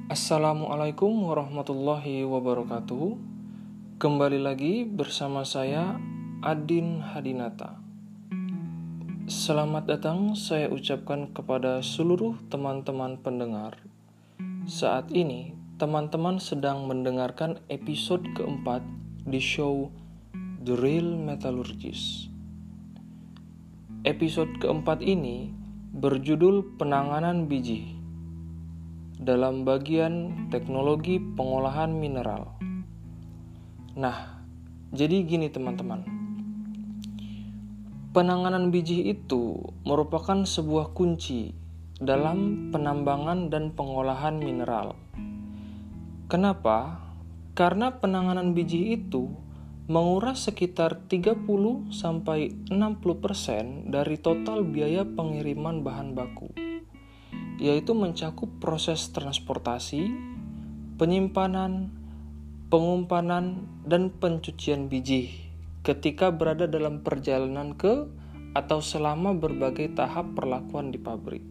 Assalamualaikum warahmatullahi wabarakatuh. Kembali lagi bersama saya Adin Hadinata. Selamat datang saya ucapkan kepada seluruh teman-teman pendengar. Saat ini teman-teman sedang mendengarkan episode keempat di show The Real Metallurgist. Episode keempat ini berjudul Penanganan Biji dalam bagian teknologi pengolahan mineral. Nah, jadi gini teman-teman. Penanganan biji itu merupakan sebuah kunci dalam penambangan dan pengolahan mineral. Kenapa? Karena penanganan biji itu menguras sekitar 30-60% dari total biaya pengiriman bahan baku, yaitu mencakup proses transportasi, penyimpanan, pengumpanan, dan pencucian biji ketika berada dalam perjalanan ke atau selama berbagai tahap perlakuan di pabrik.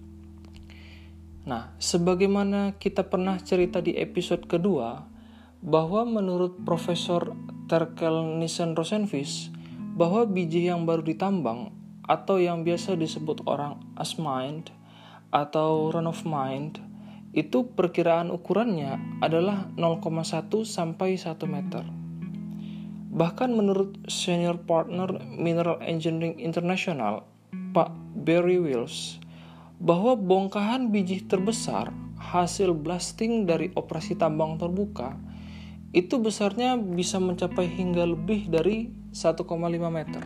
Nah, sebagaimana kita pernah cerita di episode kedua, bahwa menurut Profesor Terkel Nissen Rosenfels, bahwa biji yang baru ditambang atau yang biasa disebut orang as mined atau run of mine itu perkiraan ukurannya adalah 0,1 sampai 1 meter. Bahkan menurut senior partner Mineral Engineering International, Pak Barry Wills, bahwa bongkahan biji terbesar hasil blasting dari operasi tambang terbuka itu besarnya bisa mencapai hingga lebih dari 1,5 meter.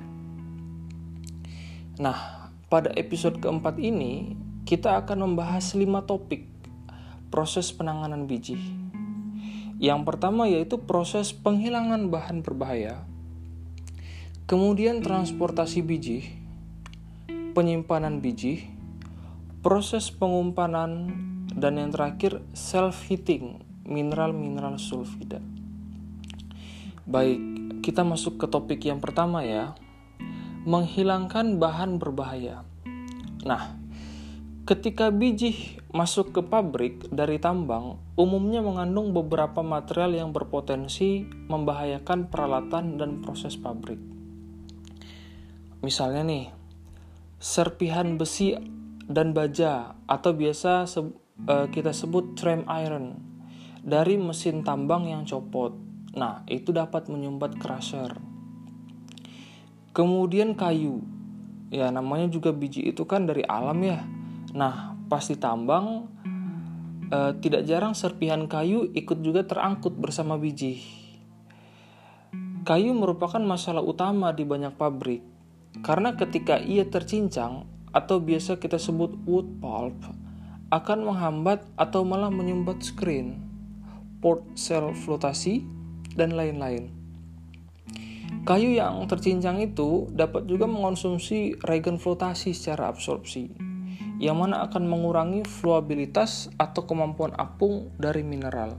Nah, pada episode keempat ini kita akan membahas 5 topik proses penanganan biji. Yang pertama yaitu proses penghilangan bahan berbahaya, kemudian transportasi biji, penyimpanan biji, proses pengumpanan, dan yang terakhir self-heating mineral-mineral sulfida. Baik, kita masuk ke topik yang pertama ya, menghilangkan bahan berbahaya. Nah, ketika biji masuk ke pabrik dari tambang, umumnya mengandung beberapa material yang berpotensi membahayakan peralatan dan proses pabrik. Misalnya nih, serpihan besi dan baja atau biasa kita sebut tram iron dari mesin tambang yang copot. Nah, itu dapat menyumbat crusher. Kemudian kayu. Ya, namanya juga biji itu kan dari alam ya. Nah, pas ditambang, tidak jarang serpihan kayu ikut juga terangkut bersama biji. Kayu merupakan masalah utama di banyak pabrik, karena ketika ia tercincang, atau biasa kita sebut wood pulp, akan menghambat atau malah menyumbat screen, port cell flotasi, dan lain-lain. Kayu yang tercincang itu dapat juga mengonsumsi regen flotasi secara absorpsi, yang mana akan mengurangi fluabilitas atau kemampuan apung dari mineral.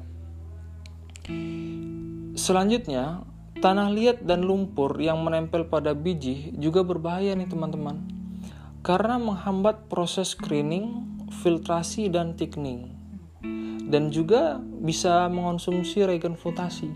Selanjutnya, tanah liat dan lumpur yang menempel pada biji juga berbahaya nih teman-teman, karena menghambat proses screening, filtrasi, dan thickening, dan juga bisa mengonsumsi regen flotasi.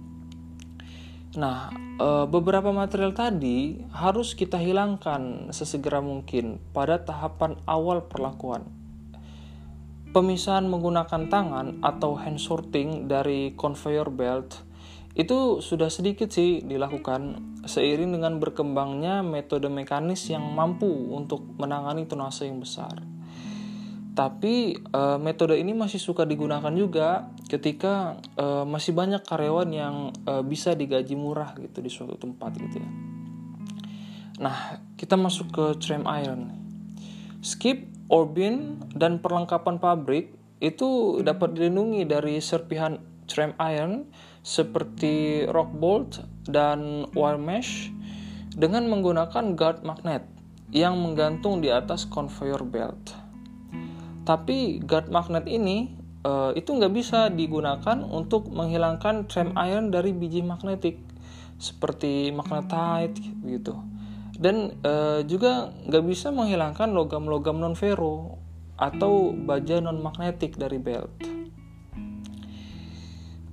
Nah, beberapa material tadi harus kita hilangkan sesegera mungkin pada tahapan awal perlakuan. Pemisahan menggunakan tangan atau hand sorting dari conveyor belt itu sudah sedikit sih dilakukan seiring dengan berkembangnya metode mekanis yang mampu untuk menangani tonase yang besar. Tapi metode ini masih suka digunakan juga ketika masih banyak karyawan yang bisa digaji murah gitu di suatu tempat gitu ya. Nah, kita masuk ke tram iron. Skip, bin, dan perlengkapan pabrik itu dapat dilindungi dari serpihan tram iron seperti rock bolt dan wire mesh dengan menggunakan guard magnet yang menggantung di atas conveyor belt. Tapi guard magnet ini itu nggak bisa digunakan untuk menghilangkan tram iron dari biji magnetik seperti magnetite gitu. Dan juga nggak bisa menghilangkan logam-logam non-ferro atau baja non-magnetik dari belt.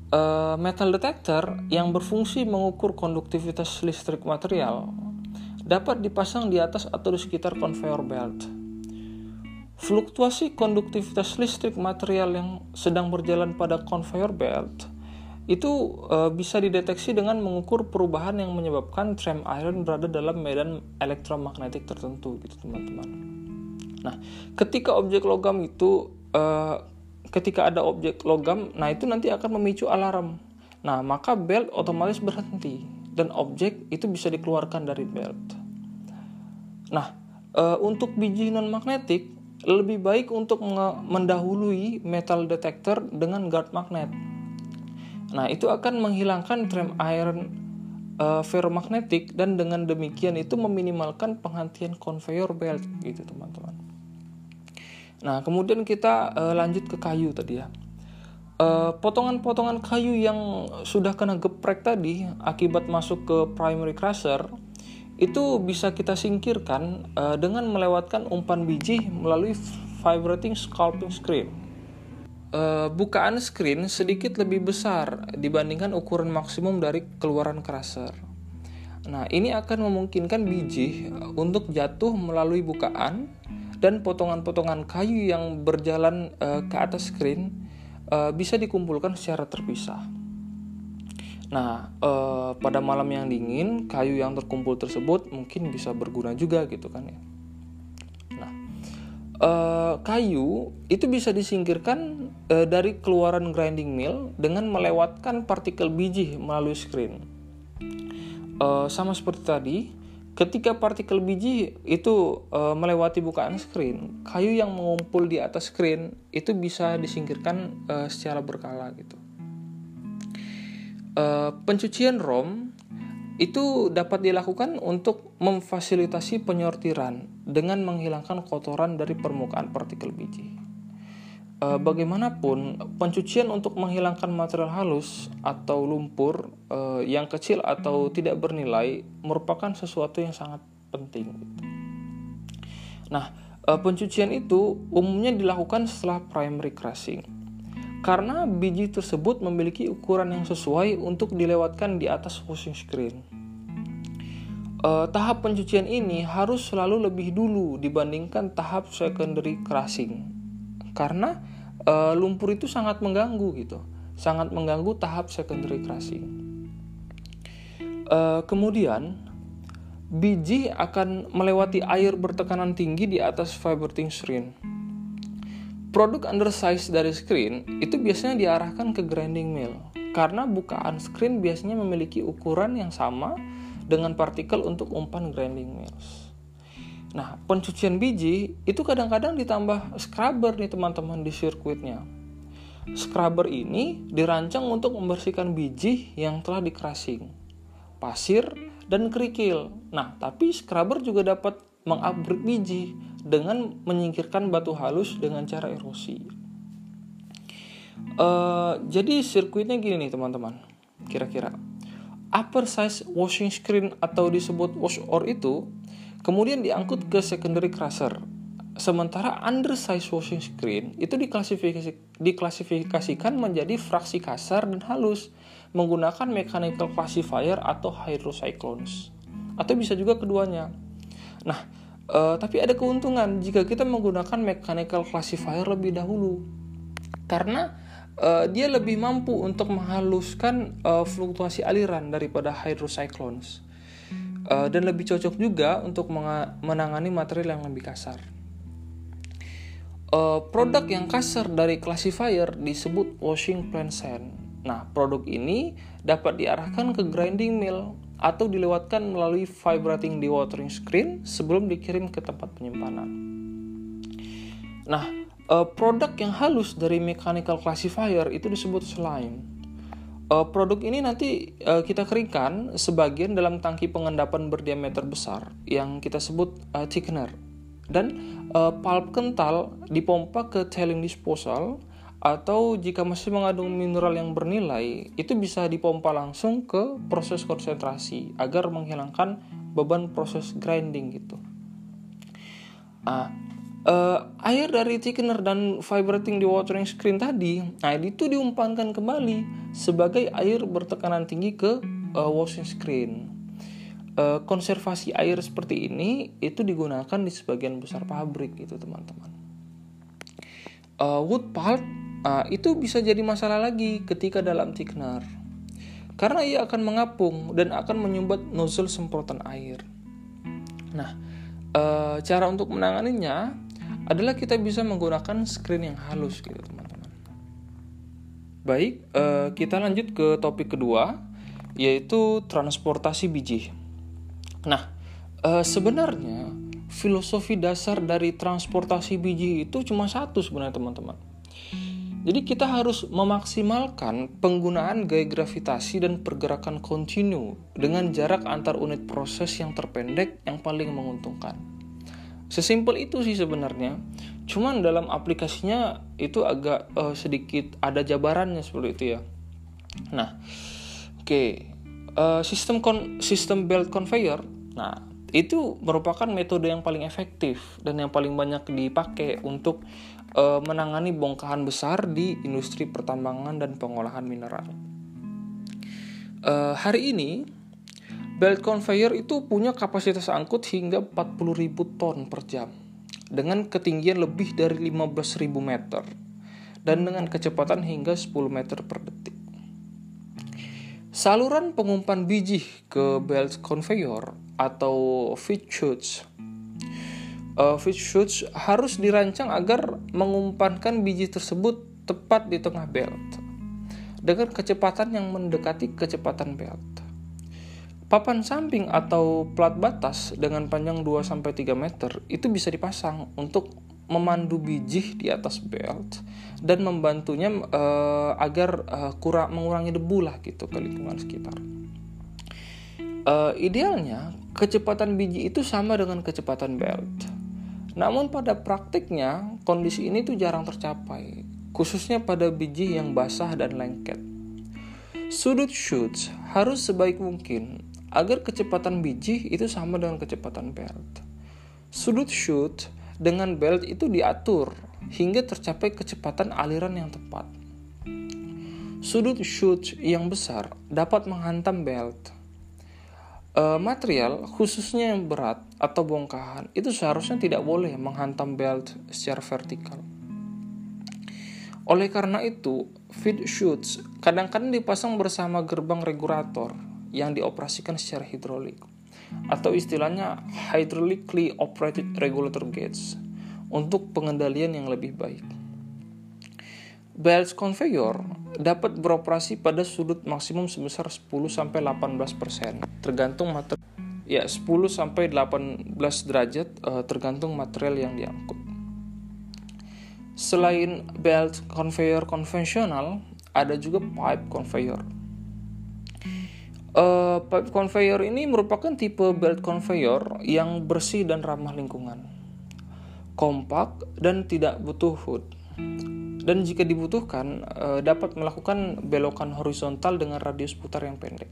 Metal detector yang berfungsi mengukur konduktivitas listrik material dapat dipasang di atas atau di sekitar conveyor belt. Fluktuasi konduktivitas listrik material yang sedang berjalan pada conveyor belt itu bisa dideteksi dengan mengukur perubahan yang menyebabkan tram iron berada dalam medan elektromagnetik tertentu, gitu teman-teman. Nah, ketika ada objek logam, nah itu nanti akan memicu alarm. Nah, maka belt otomatis berhenti dan objek itu bisa dikeluarkan dari belt. Nah, untuk biji non-magnetik lebih baik untuk mendahului metal detector dengan guard magnet. Nah, itu akan menghilangkan tram iron ferromagnetik dan dengan demikian itu meminimalkan penghentian conveyor belt, gitu teman-teman. Nah, kemudian kita lanjut ke kayu tadi ya. Potongan-potongan kayu yang sudah kena geprek tadi akibat masuk ke primary crusher itu bisa kita singkirkan dengan melewatkan umpan biji melalui vibrating scalping screen. Bukaan screen sedikit lebih besar dibandingkan ukuran maksimum dari keluaran crusher. Nah, ini akan memungkinkan biji untuk jatuh melalui bukaan dan potongan-potongan kayu yang berjalan ke atas screen bisa dikumpulkan secara terpisah. Nah, pada malam yang dingin, kayu yang terkumpul tersebut mungkin bisa berguna juga gitu kan ya. Nah, kayu itu bisa disingkirkan dari keluaran grinding mill dengan melewatkan partikel biji melalui screen. Sama seperti tadi, ketika partikel biji itu melewati bukaan screen, kayu yang mengumpul di atas screen itu bisa disingkirkan secara berkala gitu. Pencucian ROM itu dapat dilakukan untuk memfasilitasi penyortiran dengan menghilangkan kotoran dari permukaan partikel biji. Bagaimanapun, pencucian untuk menghilangkan material halus atau lumpur yang kecil atau tidak bernilai merupakan sesuatu yang sangat penting. Nah, pencucian itu umumnya dilakukan setelah primary crushing, karena biji tersebut memiliki ukuran yang sesuai untuk dilewatkan di atas washing screen. Tahap pencucian ini harus selalu lebih dulu dibandingkan tahap secondary crushing, karena lumpur itu sangat mengganggu gitu, sangat mengganggu tahap secondary crushing. Kemudian biji akan melewati air bertekanan tinggi di atas vibrating screen. Produk undersize dari screen itu biasanya diarahkan ke grinding mill karena bukaan screen biasanya memiliki ukuran yang sama dengan partikel untuk umpan grinding mills. Nah, pencucian biji itu kadang-kadang ditambah scrubber nih teman-teman di sirkuitnya. Scrubber ini dirancang untuk membersihkan biji yang telah di-crushing, pasir, dan kerikil. Nah, tapi scrubber juga dapat mengupgrade biji dengan menyingkirkan batu halus dengan cara erosi. Jadi sirkuitnya gini nih teman-teman, kira-kira upper size washing screen atau disebut wash ore itu kemudian diangkut ke secondary crusher, sementara undersize washing screen itu diklasifikasikan menjadi fraksi kasar dan halus menggunakan mechanical classifier atau hydrocyclones, atau bisa juga keduanya. Nah, tapi ada keuntungan jika kita menggunakan mechanical classifier lebih dahulu, karena dia lebih mampu untuk menghaluskan fluktuasi aliran daripada hydrocyclones, dan lebih cocok juga untuk menangani material yang lebih kasar. Produk yang kasar dari classifier disebut washing plane sand. Nah, produk ini dapat diarahkan ke grinding mill atau dilewatkan melalui vibrating dewatering screen sebelum dikirim ke tempat penyimpanan. Nah, produk yang halus dari mechanical classifier itu disebut slime. Produk ini nanti kita keringkan sebagian dalam tangki pengendapan berdiameter besar yang kita sebut thickener, dan pulp kental dipompa ke tailing disposal, atau jika masih mengandung mineral yang bernilai itu bisa dipompa langsung ke proses konsentrasi agar menghilangkan beban proses grinding gitu. Air dari thickener dan vibrating dewatering screen tadi, nah itu diumpankan kembali sebagai air bertekanan tinggi ke washing screen. Konservasi air seperti ini itu digunakan di sebagian besar pabrik gitu teman-teman. Wood pulp itu bisa jadi masalah lagi ketika dalam thickener, karena ia akan mengapung dan akan menyumbat nozzle semprotan air. Nah, cara untuk menanganinya adalah kita bisa menggunakan screen yang halus gitu teman-teman. Baik, kita lanjut ke topik kedua, yaitu transportasi biji. Nah, sebenarnya filosofi dasar dari transportasi biji itu cuma satu sebenarnya teman-teman. Jadi kita harus memaksimalkan penggunaan gaya gravitasi dan pergerakan kontinu dengan jarak antar unit proses yang terpendek yang paling menguntungkan. Sesimpel itu sih sebenarnya. Cuman dalam aplikasinya itu agak sedikit ada jabarannya seperti itu ya. Nah, sistem belt conveyor. Nah, itu merupakan metode yang paling efektif dan yang paling banyak dipakai untuk menangani bongkahan besar di industri pertambangan dan pengolahan mineral. Hari ini belt conveyor itu punya kapasitas angkut hingga 40.000 ton per jam dengan ketinggian lebih dari 15.000 meter dan dengan kecepatan hingga 10 meter per detik. Saluran pengumpan biji ke belt conveyor atau feed chutes harus dirancang agar mengumpankan biji tersebut tepat di tengah belt dengan kecepatan yang mendekati kecepatan belt. Papan samping atau plat batas dengan panjang 2-3 meter itu bisa dipasang untuk memandu biji di atas belt dan membantunya agar mengurangi debu lah gitu ke lingkungan sekitar. Idealnya kecepatan biji itu sama dengan kecepatan belt. Namun pada praktiknya kondisi ini tuh jarang tercapai, khususnya pada biji yang basah dan lengket. Sudut chutes harus sebaik mungkin agar kecepatan biji itu sama dengan kecepatan belt. Sudut chute dengan belt itu diatur hingga tercapai kecepatan aliran yang tepat. Sudut chute yang besar dapat menghantam belt. Material khususnya yang berat atau bongkahan itu seharusnya tidak boleh menghantam belt secara vertikal. Oleh karena itu, feed chutes kadang-kadang dipasang bersama gerbang regulator yang dioperasikan secara hidrolik, atau istilahnya hydraulically operated regulator gates, untuk pengendalian yang lebih baik. Belt conveyor dapat beroperasi pada sudut maksimum sebesar 10-18%, tergantung material. 10-18 derajat tergantung material yang diangkut. Selain belt conveyor konvensional, ada juga pipe conveyor. Pipe conveyor ini merupakan tipe belt conveyor yang bersih dan ramah lingkungan, kompak dan tidak butuh hood. Dan jika dibutuhkan, dapat melakukan belokan horizontal dengan radius putar yang pendek.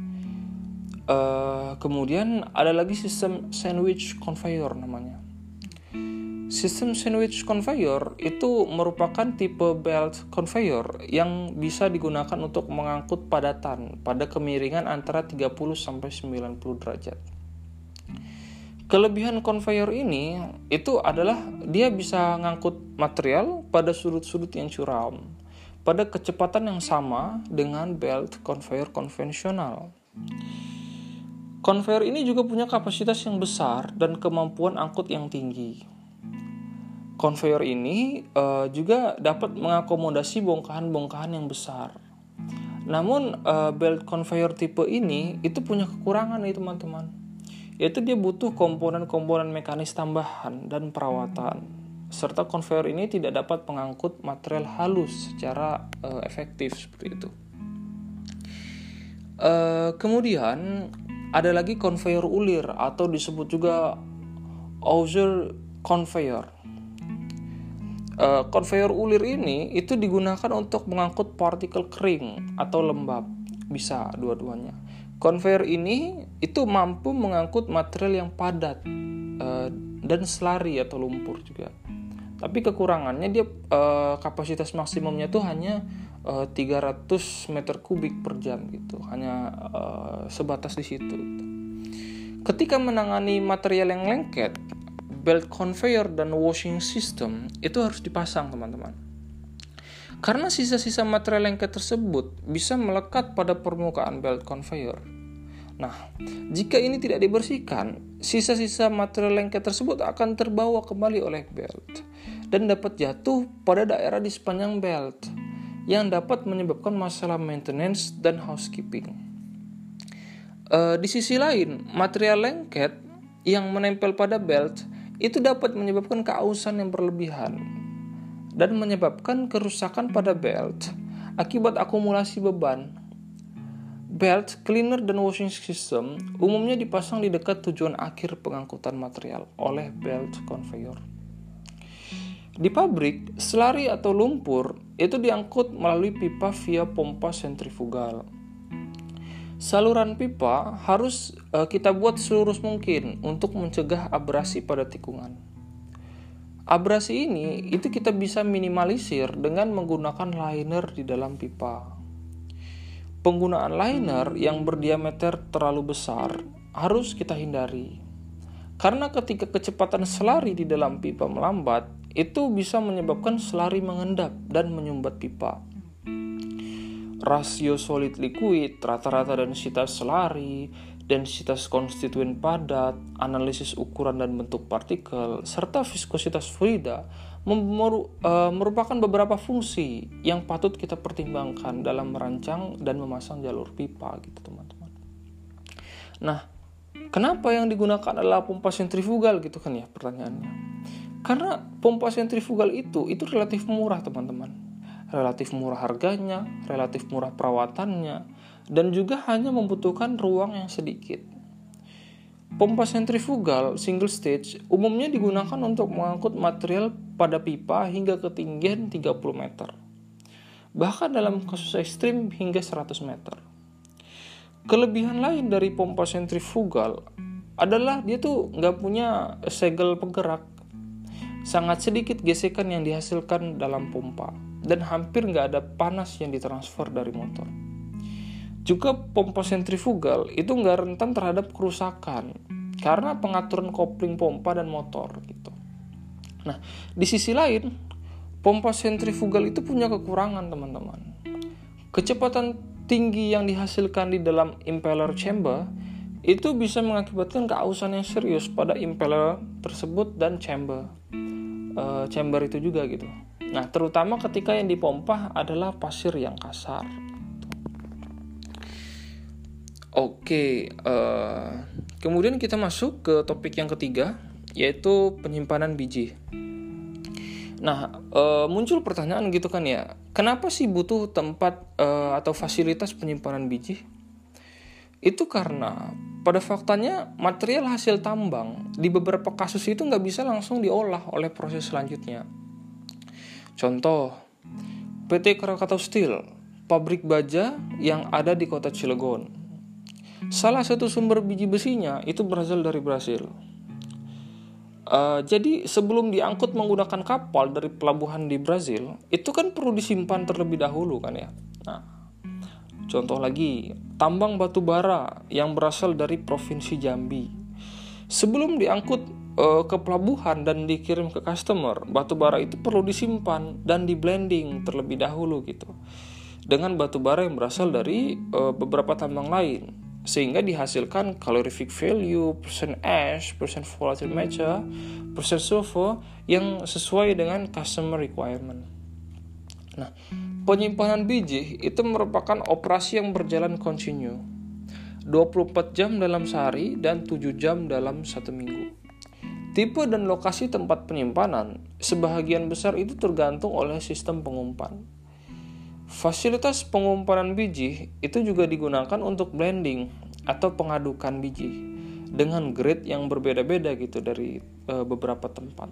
Kemudian ada lagi sistem sandwich conveyor namanya. Sistem sandwich conveyor itu merupakan tipe belt conveyor yang bisa digunakan untuk mengangkut padatan pada kemiringan antara 30-90 derajat. Kelebihan conveyor ini itu adalah dia bisa ngangkut material pada sudut-sudut yang curam pada kecepatan yang sama dengan belt conveyor konvensional. Conveyor ini juga punya kapasitas yang besar dan kemampuan angkut yang tinggi. Conveyor ini juga dapat mengakomodasi bongkahan-bongkahan yang besar. Namun belt conveyor tipe ini itu punya kekurangan nih teman-teman, yaitu dia butuh komponen-komponen mekanis tambahan dan perawatan, serta conveyor ini tidak dapat mengangkut material halus secara efektif seperti itu. Kemudian ada lagi conveyor ulir atau disebut juga Auger conveyor. Conveyor ulir ini itu digunakan untuk mengangkut partikel kering atau lembab, bisa dua-duanya. Conveyor ini itu mampu mengangkut material yang padat dan slurry atau lumpur juga. Tapi kekurangannya dia kapasitas maksimumnya tuh hanya 300 meter kubik per jam gitu. Hanya sebatas di situ. Ketika menangani material yang lengket, belt conveyor dan washing system itu harus dipasang, teman-teman. Karena sisa-sisa material lengket tersebut bisa melekat pada permukaan belt conveyor. Nah, jika ini tidak dibersihkan, sisa-sisa material lengket tersebut akan terbawa kembali oleh belt dan dapat jatuh pada daerah di sepanjang belt yang dapat menyebabkan masalah maintenance dan housekeeping. Di sisi lain, material lengket yang menempel pada belt itu dapat menyebabkan keausan yang berlebihan dan menyebabkan kerusakan pada belt akibat akumulasi beban. Belt, cleaner, dan washing system umumnya dipasang di dekat tujuan akhir pengangkutan material oleh belt conveyor. Di pabrik, slurry atau lumpur itu diangkut melalui pipa via pompa sentrifugal. Saluran pipa harus kita buat selurus mungkin untuk mencegah abrasi pada tikungan. Abrasi ini itu kita bisa minimalisir dengan menggunakan liner di dalam pipa. Penggunaan liner yang berdiameter terlalu besar harus kita hindari. Karena ketika kecepatan slurry di dalam pipa melambat, itu bisa menyebabkan slurry mengendap dan menyumbat pipa. Rasio solid liquid, rata-rata densitas slurry, densitas konstituen padat, analisis ukuran dan bentuk partikel, serta viskositas fluida merupakan beberapa fungsi yang patut kita pertimbangkan dalam merancang dan memasang jalur pipa gitu, teman-teman. Nah, kenapa yang digunakan adalah pompa sentrifugal gitu kan ya pertanyaannya? Karena pompa sentrifugal itu relatif murah, teman-teman. Relatif murah harganya, relatif murah perawatannya, dan juga hanya membutuhkan ruang yang sedikit. Pompa sentrifugal single stage umumnya digunakan untuk mengangkut material pada pipa hingga ketinggian 30 meter. Bahkan dalam kasus ekstrim hingga 100 meter. Kelebihan lain dari pompa sentrifugal adalah dia tuh nggak punya segel penggerak. Sangat sedikit gesekan yang dihasilkan dalam pompa dan hampir nggak ada panas yang ditransfer dari motor. Juga pompa sentrifugal itu nggak rentan terhadap kerusakan karena pengaturan kopling pompa dan motor gitu. Nah, di sisi lain, pompa sentrifugal itu punya kekurangan, teman-teman. Kecepatan tinggi yang dihasilkan di dalam impeller chamber itu bisa mengakibatkan keausan yang serius pada impeller tersebut dan chamber itu juga gitu. Nah, terutama ketika yang dipompa adalah pasir yang kasar. Oke, kemudian kita masuk ke topik yang ketiga, yaitu penyimpanan biji. Nah, muncul pertanyaan gitu kan ya, kenapa sih butuh tempat atau fasilitas penyimpanan biji? Itu karena pada faktanya material hasil tambang di beberapa kasus itu nggak bisa langsung diolah oleh proses selanjutnya. Contoh, PT Krakatau Steel, pabrik baja yang ada di kota Cilegon. Salah satu sumber biji besinya itu berasal dari Brasil. Jadi sebelum diangkut menggunakan kapal dari pelabuhan di Brasil, itu kan perlu disimpan terlebih dahulu kan ya. Nah, contoh lagi, tambang batu bara yang berasal dari Provinsi Jambi. Sebelum diangkut ke pelabuhan dan dikirim ke customer, batu bara itu perlu disimpan dan di-blending terlebih dahulu gitu. Dengan batu bara yang berasal dari beberapa tambang lain. Sehingga dihasilkan calorific value, percent ash, percent volatile matter, percent sulfur yang sesuai dengan customer requirement. Nah, penyimpanan biji itu merupakan operasi yang berjalan kontinu 24 jam dalam sehari dan 7 jam dalam 1 minggu. Tipe dan lokasi tempat penyimpanan sebahagian besar itu tergantung oleh sistem pengumpan. Fasilitas pengumpanan biji itu juga digunakan untuk blending atau pengadukan biji dengan grade yang berbeda-beda gitu dari beberapa tempat.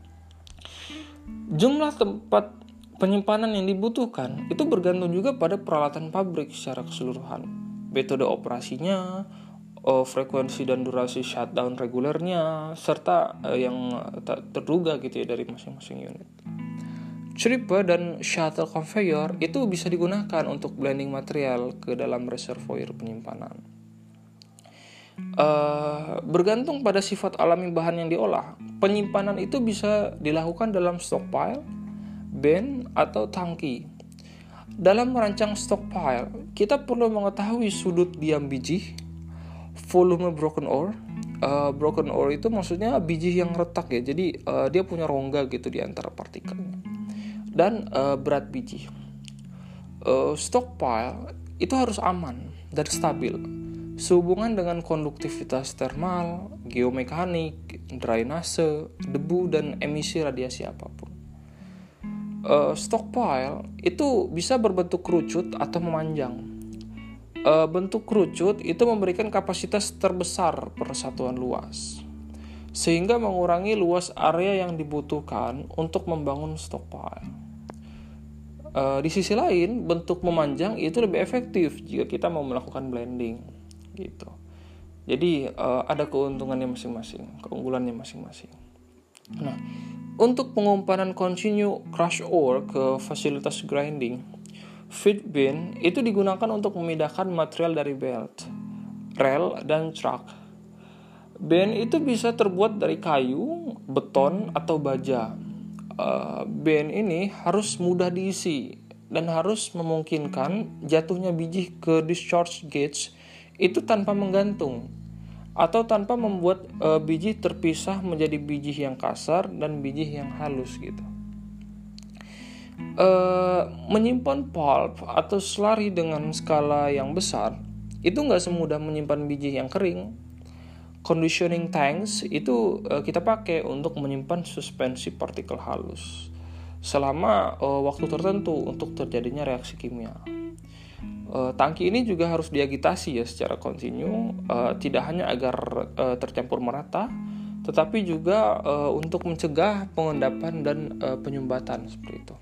Jumlah tempat penyimpanan yang dibutuhkan itu bergantung juga pada peralatan pabrik secara keseluruhan, metode operasinya, frekuensi dan durasi shutdown regulernya, serta yang tak terduga gitu ya dari masing-masing unit. Stripper dan shuttle conveyor itu bisa digunakan untuk blending material ke dalam reservoir penyimpanan. Bergantung pada sifat alami bahan yang diolah, penyimpanan itu bisa dilakukan dalam stockpile, bin, atau tangki. Dalam merancang stockpile, kita perlu mengetahui sudut diam biji, volume broken ore. Broken ore itu maksudnya biji yang retak ya, jadi dia punya rongga gitu di antara partikelnya. Dan berat biji. Stockpile itu harus aman dan stabil, sehubungan dengan konduktivitas termal, geomekanik, drainase, debu, dan emisi radiasi apapun. Stockpile itu bisa berbentuk kerucut atau memanjang. Bentuk kerucut itu memberikan kapasitas terbesar per satuan luas, sehingga mengurangi luas area yang dibutuhkan untuk membangun stockpile. Di sisi lain, bentuk memanjang itu lebih efektif jika kita mau melakukan blending, gitu. Jadi ada keuntungannya masing-masing, keunggulannya masing-masing. Nah, untuk pengumpanan continue crush ore ke fasilitas grinding, feed bin itu digunakan untuk memindahkan material dari belt, rel, dan truck. Bin itu bisa terbuat dari kayu, beton, atau baja. Bin ini harus mudah diisi dan harus memungkinkan jatuhnya biji ke discharge gauge itu tanpa menggantung atau tanpa membuat biji terpisah menjadi biji yang kasar dan biji yang halus gitu. Menyimpan pulp atau slurry dengan skala yang besar itu nggak semudah menyimpan biji yang kering. Conditioning tanks itu kita pakai untuk menyimpan suspensi partikel halus selama waktu tertentu untuk terjadinya reaksi kimia. Tangki ini juga harus diagitasi ya secara kontinu, tidak hanya agar tercampur merata, tetapi juga untuk mencegah pengendapan dan penyumbatan seperti itu.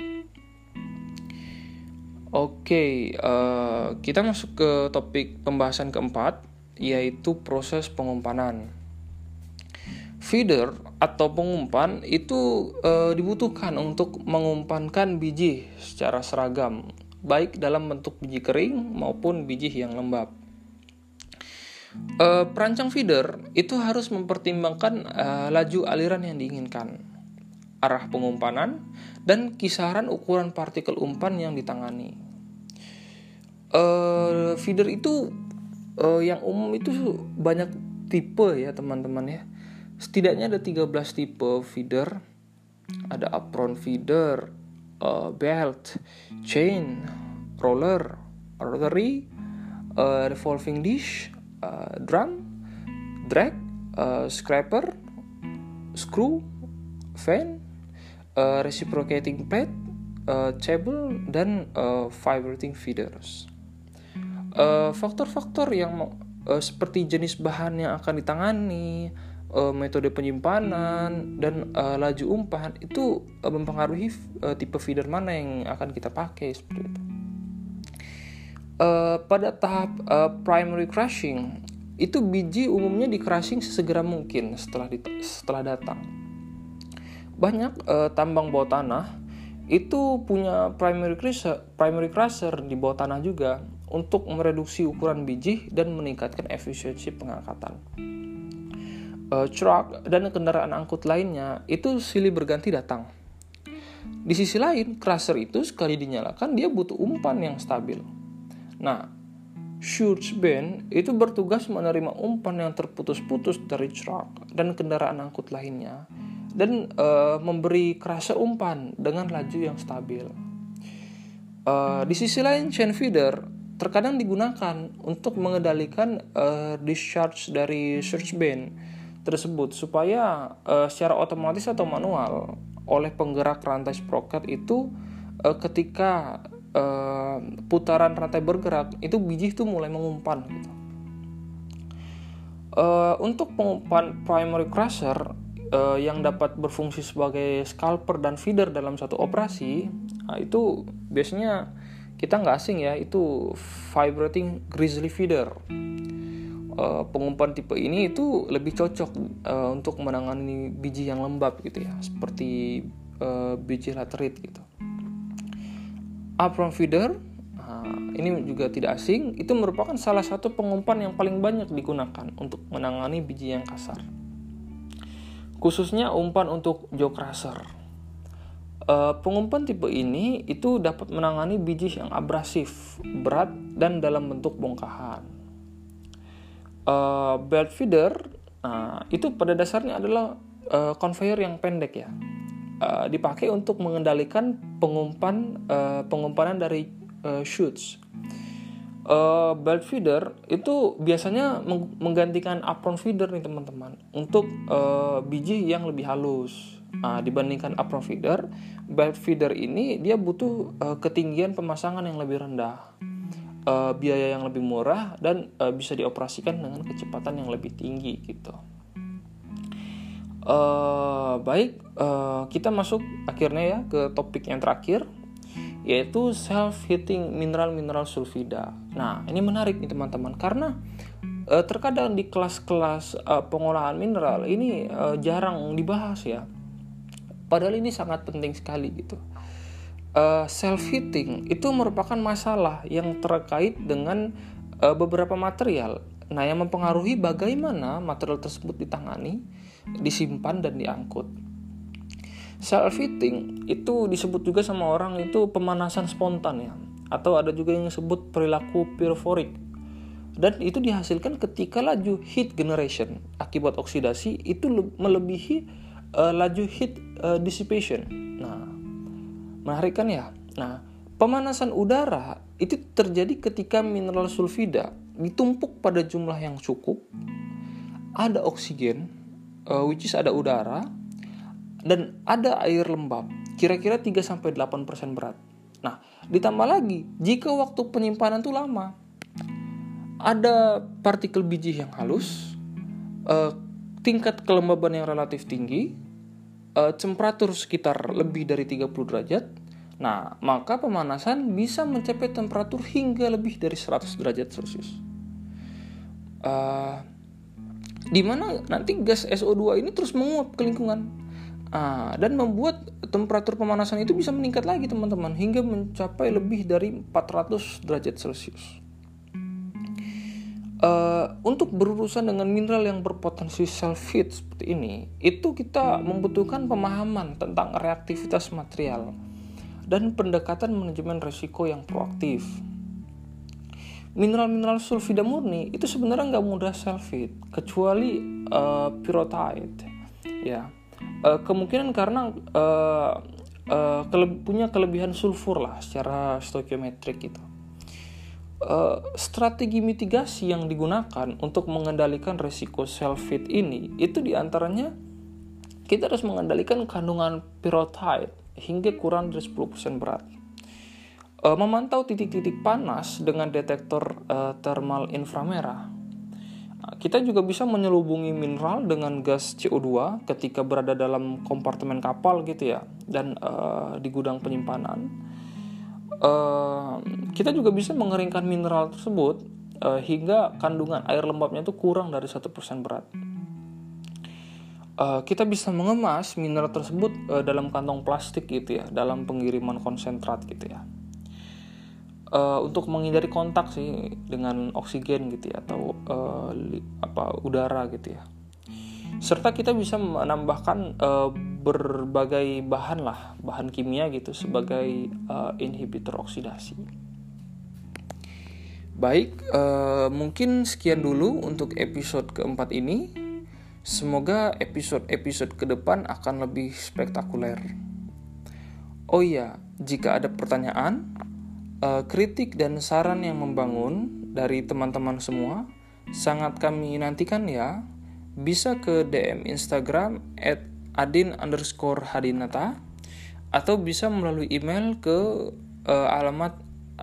Oke, kita masuk ke topik pembahasan keempat, yaitu proses pengumpanan. Feeder atau pengumpan itu dibutuhkan untuk mengumpankan biji secara seragam, baik dalam bentuk biji kering maupun biji yang lembab. Perancang feeder itu harus mempertimbangkan laju aliran yang diinginkan, arah pengumpanan, dan kisaran ukuran partikel umpan yang ditangani. Feeder itu yang umum itu banyak tipe ya teman-teman ya. Setidaknya ada 13 tipe feeder. Ada apron feeder, belt, chain, roller, rotary, revolving dish, drum, drag, scraper, screw, fan, reciprocating plate, cable, dan vibrating feeders. Faktor-faktor yang seperti jenis bahan yang akan ditangani, metode penyimpanan, dan laju umpan itu mempengaruhi tipe feeder mana yang akan kita pakai seperti itu. Pada tahap primary crushing itu biji umumnya di crushing sesegera mungkin setelah datang. Banyak tambang bawah tanah itu punya primary crusher di bawah tanah juga untuk mereduksi ukuran biji dan meningkatkan efisiensi pengangkatan. Truck dan kendaraan angkut lainnya itu silih berganti datang. Di sisi lain, crusher itu sekali dinyalakan dia butuh umpan yang stabil. Nah, chute bin itu bertugas menerima umpan yang terputus-putus dari truck dan kendaraan angkut lainnya dan memberi crusher umpan dengan laju yang stabil. Di sisi lain, chain feeder terkadang digunakan untuk mengendalikan discharge dari surge bin tersebut supaya secara otomatis atau manual oleh penggerak rantai sprocket itu ketika putaran rantai bergerak itu biji itu mulai mengumpan gitu. Untuk pengumpan primary crusher yang dapat berfungsi sebagai scalper dan feeder dalam satu operasi, nah itu biasanya kita nggak asing ya, itu vibrating grizzly feeder. pengumpan tipe ini itu lebih cocok untuk menangani biji yang lembab gitu ya, seperti biji laterit gitu. Upfront feeder, ini juga tidak asing, itu merupakan salah satu pengumpan yang paling banyak digunakan untuk menangani biji yang kasar. Khususnya umpan untuk jaw crusher. Pengumpan tipe ini itu dapat menangani biji yang abrasif, berat, dan dalam bentuk bongkahan. Belt feeder, itu pada dasarnya adalah conveyor yang pendek ya. Dipakai untuk mengendalikan pengumpanan dari chutes. Belt feeder itu biasanya menggantikan upfront feeder nih teman-teman untuk biji yang lebih halus. Dibandingkan upfront feeder, belt feeder ini dia butuh ketinggian pemasangan yang lebih rendah, biaya yang lebih murah, dan bisa dioperasikan dengan kecepatan yang lebih tinggi gitu. Kita masuk akhirnya ya ke topik yang terakhir, yaitu self-heating mineral sulfida. Nah, ini menarik nih teman-teman, karena terkadang di kelas-kelas pengolahan mineral ini jarang dibahas ya. Padahal ini sangat penting sekali gitu. Self-heating itu merupakan masalah yang terkait dengan beberapa material. Nah, yang mempengaruhi bagaimana material tersebut ditangani, disimpan, dan diangkut. Self-heating itu disebut juga sama orang itu pemanasan spontan ya, atau ada juga yang disebut perilaku pyroforic. Dan itu dihasilkan ketika laju heat generation akibat oksidasi itu melebihi laju heat dissipation. Nah, menarik kan ya? Nah, pemanasan udara itu terjadi ketika mineral sulfida ditumpuk pada jumlah yang cukup, ada oksigen, which is ada udara, dan ada air lembab, kira-kira 3-8% berat. Nah, ditambah lagi, jika waktu penyimpanan itu lama, ada partikel biji yang halus, tingkat kelembaban yang relatif tinggi, temperatur sekitar lebih dari 30 derajat, nah, maka pemanasan bisa mencapai temperatur hingga lebih dari 100 derajat Celcius. Di mana nanti gas SO2 ini terus menguap ke lingkungan. Dan membuat temperatur pemanasan itu bisa meningkat lagi teman-teman, hingga mencapai lebih dari 400 derajat Celcius. Untuk berurusan dengan mineral yang berpotensi self-heat seperti ini, itu kita membutuhkan pemahaman tentang reaktivitas material dan pendekatan manajemen risiko yang proaktif. Mineral-mineral sulfida murni itu sebenarnya nggak mudah self-heat, kecuali pyrrhotite, ya. Kemungkinan karena punya kelebihan sulfur lah secara stoikiometrik gitu. Strategi mitigasi yang digunakan untuk mengendalikan risiko self-heat ini itu diantaranya kita harus mengendalikan kandungan pyrrhotite hingga kurang dari 10% berat. Memantau titik-titik panas dengan detektor thermal inframerah. Kita juga bisa menyelubungi mineral dengan gas CO2 ketika berada dalam kompartemen kapal gitu ya, dan di gudang penyimpanan. Kita juga bisa mengeringkan mineral tersebut hingga kandungan air lembabnya itu kurang dari 1% berat. Kita bisa mengemas mineral tersebut dalam kantong plastik gitu ya, dalam pengiriman konsentrat gitu ya. Untuk menghindari kontak sih dengan oksigen gitu ya, atau udara gitu ya. Serta kita bisa menambahkan berbagai bahan kimia gitu sebagai inhibitor oksidasi. Baik, mungkin sekian dulu untuk episode keempat ini. Semoga episode-episode ke depan akan lebih spektakuler. Oh iya, jika ada pertanyaan, kritik dan saran yang membangun dari teman-teman semua, sangat kami nantikan ya. Bisa ke DM Instagram @adin_hadinata, atau bisa melalui email ke alamat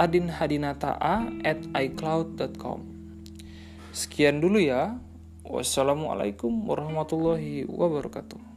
adinhadinata@icloud.com. Sekian dulu ya. Wassalamualaikum warahmatullahi wabarakatuh.